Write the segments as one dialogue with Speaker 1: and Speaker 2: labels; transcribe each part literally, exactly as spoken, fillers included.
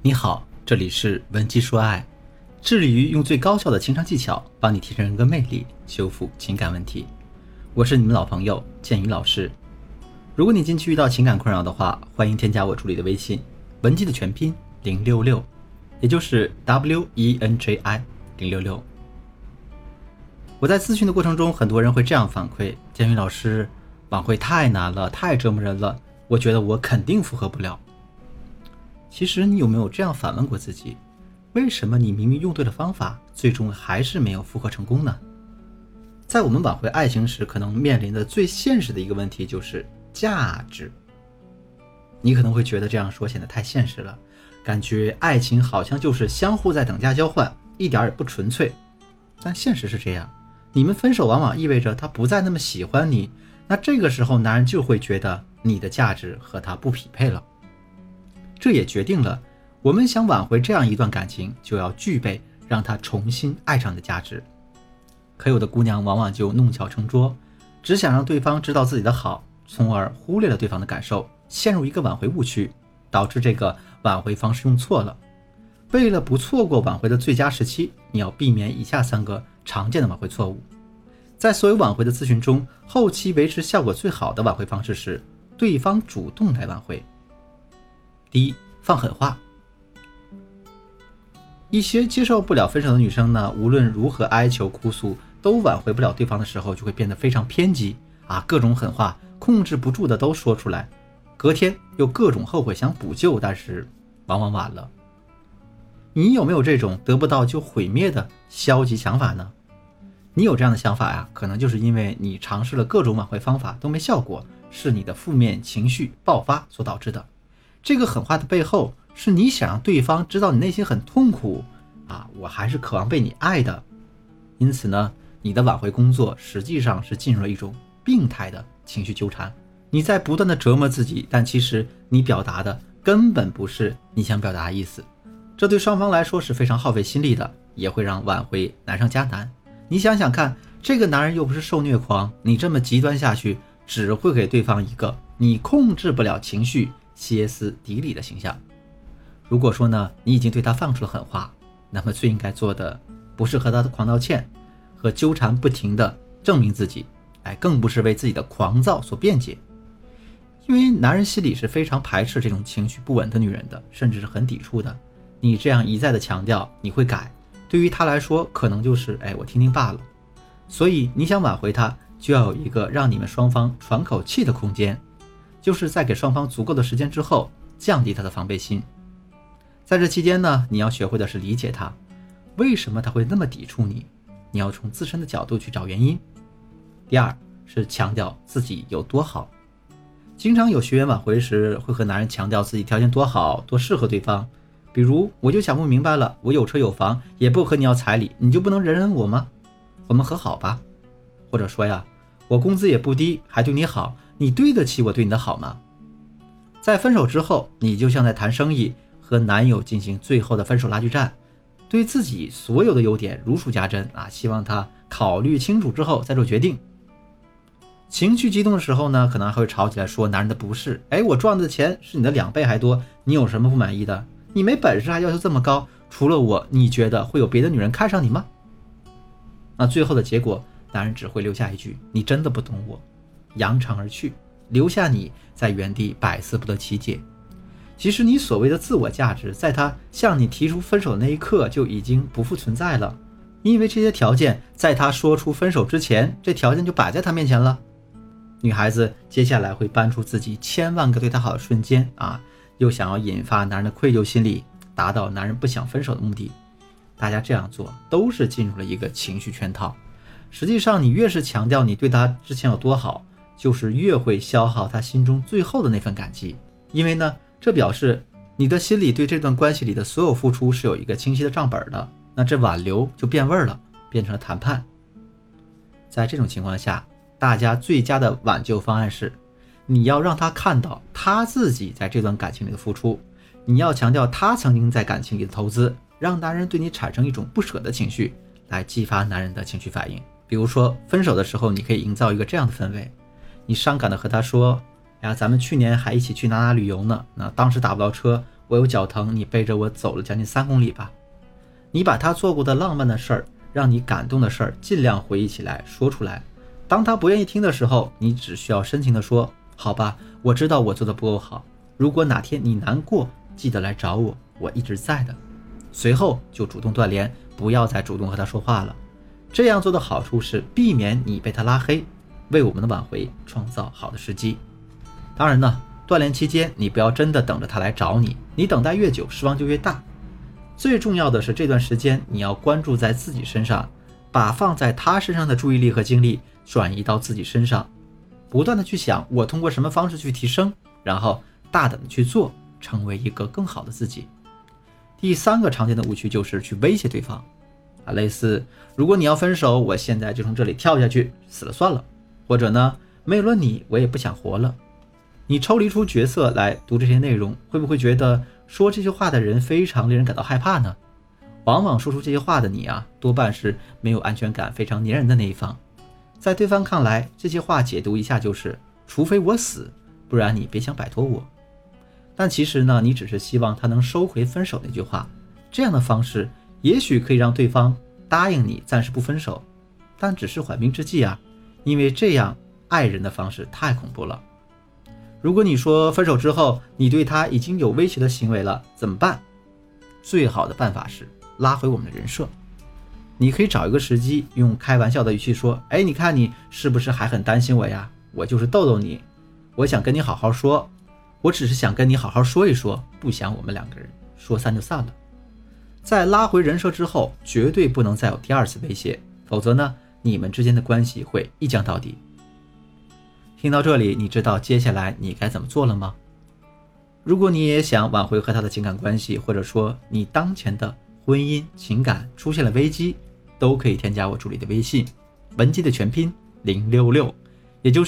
Speaker 1: 你好，这里是文姬说爱，致力于用最高效的情商技巧帮你提升人格魅力，修复情感问题。我是你们老朋友建宇老师。如果你近期遇到情感困扰的话，欢迎添加我助理的微信文姬的全拼零六六，也就是 W E N J I 零六六。我在咨询的过程中，很多人会这样反馈：建宇老师，挽回太难了，太折磨人了，我觉得我肯定复合不了。其实你有没有这样反问过自己，为什么你明明用对了方法，最终还是没有复合成功呢？在我们挽回爱情时，可能面临的最现实的一个问题就是价值。你可能会觉得这样说显得太现实了，感觉爱情好像就是相互在等价交换，一点也不纯粹。但现实是这样，你们分手往往意味着他不再那么喜欢你，那这个时候男人就会觉得你的价值和他不匹配了。这也决定了我们想挽回这样一段感情，就要具备让他重新爱上的价值。可有的姑娘往往就弄巧成拙，只想让对方知道自己的好，从而忽略了对方的感受，陷入一个挽回误区，导致这个挽回方式用错了。为了不错过挽回的最佳时期，你要避免以下三个常见的挽回错误。在所有挽回的咨询中，后期维持效果最好的挽回方式是对方主动来挽回。第一，放狠话。一些接受不了分手的女生呢，无论如何哀求哭诉，都挽回不了对方的时候，就会变得非常偏激啊，各种狠话控制不住的都说出来，隔天又各种后悔想补救，但是往往晚了。你有没有这种得不到就毁灭的消极想法呢？你有这样的想法呀，可能就是因为你尝试了各种挽回方法都没效果，是你的负面情绪爆发所导致的。这个狠话的背后，是你想让对方知道你内心很痛苦啊，我还是渴望被你爱的。因此呢，你的挽回工作实际上是进入了一种病态的情绪纠缠，你在不断的折磨自己，但其实你表达的根本不是你想表达的意思。这对双方来说是非常耗费心力的，也会让挽回难上加难。你想想看，这个男人又不是受虐狂，你这么极端下去，只会给对方一个你控制不了情绪歇斯底里的形象。如果说呢，你已经对他放出了狠话，那么最应该做的不是和他的狂道歉，和纠缠不停的证明自己，哎，更不是为自己的狂躁所辩解。因为男人心里是非常排斥这种情绪不稳的女人的，甚至是很抵触的。你这样一再的强调你会改，对于他来说可能就是哎，我听听罢了。所以你想挽回他，就要有一个让你们双方喘口气的空间，就是在给双方足够的时间之后，降低他的防备心。在这期间呢，你要学会的是理解他，为什么他会那么抵触你，你要从自身的角度去找原因。第二是强调自己有多好。经常有学员挽回时会和男人强调自己条件多好，多适合对方，比如我就想不明白了，我有车有房，也不和你要彩礼，你就不能忍忍我吗？我们和好吧。或者说呀，我工资也不低，还对你好，你对得起我对你的好吗？在分手之后，你就像在谈生意，和男友进行最后的分手拉锯战，对自己所有的优点如数家珍啊，希望他考虑清楚之后再做决定。情绪激动的时候呢，可能还会吵起来说男人的不是，哎，我赚的钱是你的两倍还多，你有什么不满意的？你没本事还要求这么高，除了我，你觉得会有别的女人看上你吗？那最后的结果，男人只会留下一句你真的不懂我，扬长而去，留下你在原地百思不得其解。其实你所谓的自我价值，在他向你提出分手的那一刻就已经不复存在了，因为这些条件在他说出分手之前，这条件就摆在他面前了。女孩子接下来会搬出自己千万个对他好的瞬间啊，又想要引发男人的愧疚心理，达到男人不想分手的目的。大家这样做都是进入了一个情绪圈套。实际上你越是强调你对他之前有多好，就是越会消耗他心中最后的那份感激。因为呢，这表示你的心里对这段关系里的所有付出是有一个清晰的账本的，那这挽留就变味了，变成了谈判。在这种情况下，大家最佳的挽救方案是，你要让他看到他自己在这段感情里的付出，你要强调他曾经在感情里的投资，让男人对你产生一种不舍的情绪，来激发男人的情绪反应。比如说分手的时候，你可以营造一个这样的氛围，你伤感的和他说，哎呀，咱们去年还一起去哪哪旅游呢，那当时打不到车， 我有脚疼，你背着我走了将近三公里吧。你把他做过的浪漫的事儿，让你感动的事儿，尽量回忆起来说出来。当他不愿意听的时候，你只需要深情地说，好吧，我知道我做的不够好，如果哪天你难过，记得来找我，我一直在的。随后就主动断联，不要再主动和他说话了。这样做的好处是避免你被他拉黑，为我们的挽回创造好的时机。当然呢，断联期间你不要真的等着他来找你，你等待越久失望就越大。最重要的是这段时间你要关注在自己身上，把放在他身上的注意力和精力转移到自己身上，不断的去想我通过什么方式去提升，然后大胆的去做，成为一个更好的自己。第三个常见的误区就是去威胁对方啊，类似如果你要分手，我现在就从这里跳下去，死了算了，或者呢，没有了你我也不想活了。你抽离出角色来读这些内容，会不会觉得说这些话的人非常令人感到害怕呢？往往说出这些话的你啊，多半是没有安全感、非常粘人的那一方。在对方看来，这些话解读一下就是除非我死，不然你别想摆脱我。但其实呢，你只是希望他能收回分手那句话，这样的方式也许可以让对方答应你暂时不分手，但只是缓兵之计啊，因为这样爱人的方式太恐怖了。如果你说分手之后你对他已经有威胁的行为了，怎么办？最好的办法是拉回我们的人设。你可以找一个时机，用开玩笑的语气说，哎，你看你是不是还很担心我呀？我就是逗逗你，我想跟你好好说，我只是想跟你好好说一说，不想我们两个人说散就散了。在拉回人设之后，绝对不能再有第二次威胁，否则呢，你们之间的关系会一僵到底。听到这里，你知道接下来你该怎么做了吗？如果你也想挽回和他的情感关系，或者说你当前的婚姻情感出现了危机，都可以添加我助理的微信，文姬的全拼零六六，也就是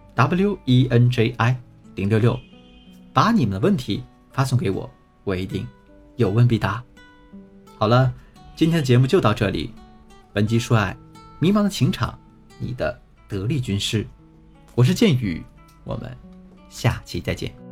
Speaker 1: W E N J I 零六六，把你们的问题发送给我，我一定有问必答。好了，今天的节目就到这里，文姬说爱，迷茫的情场，你的得力军师，我是剑宇，我们下期再见。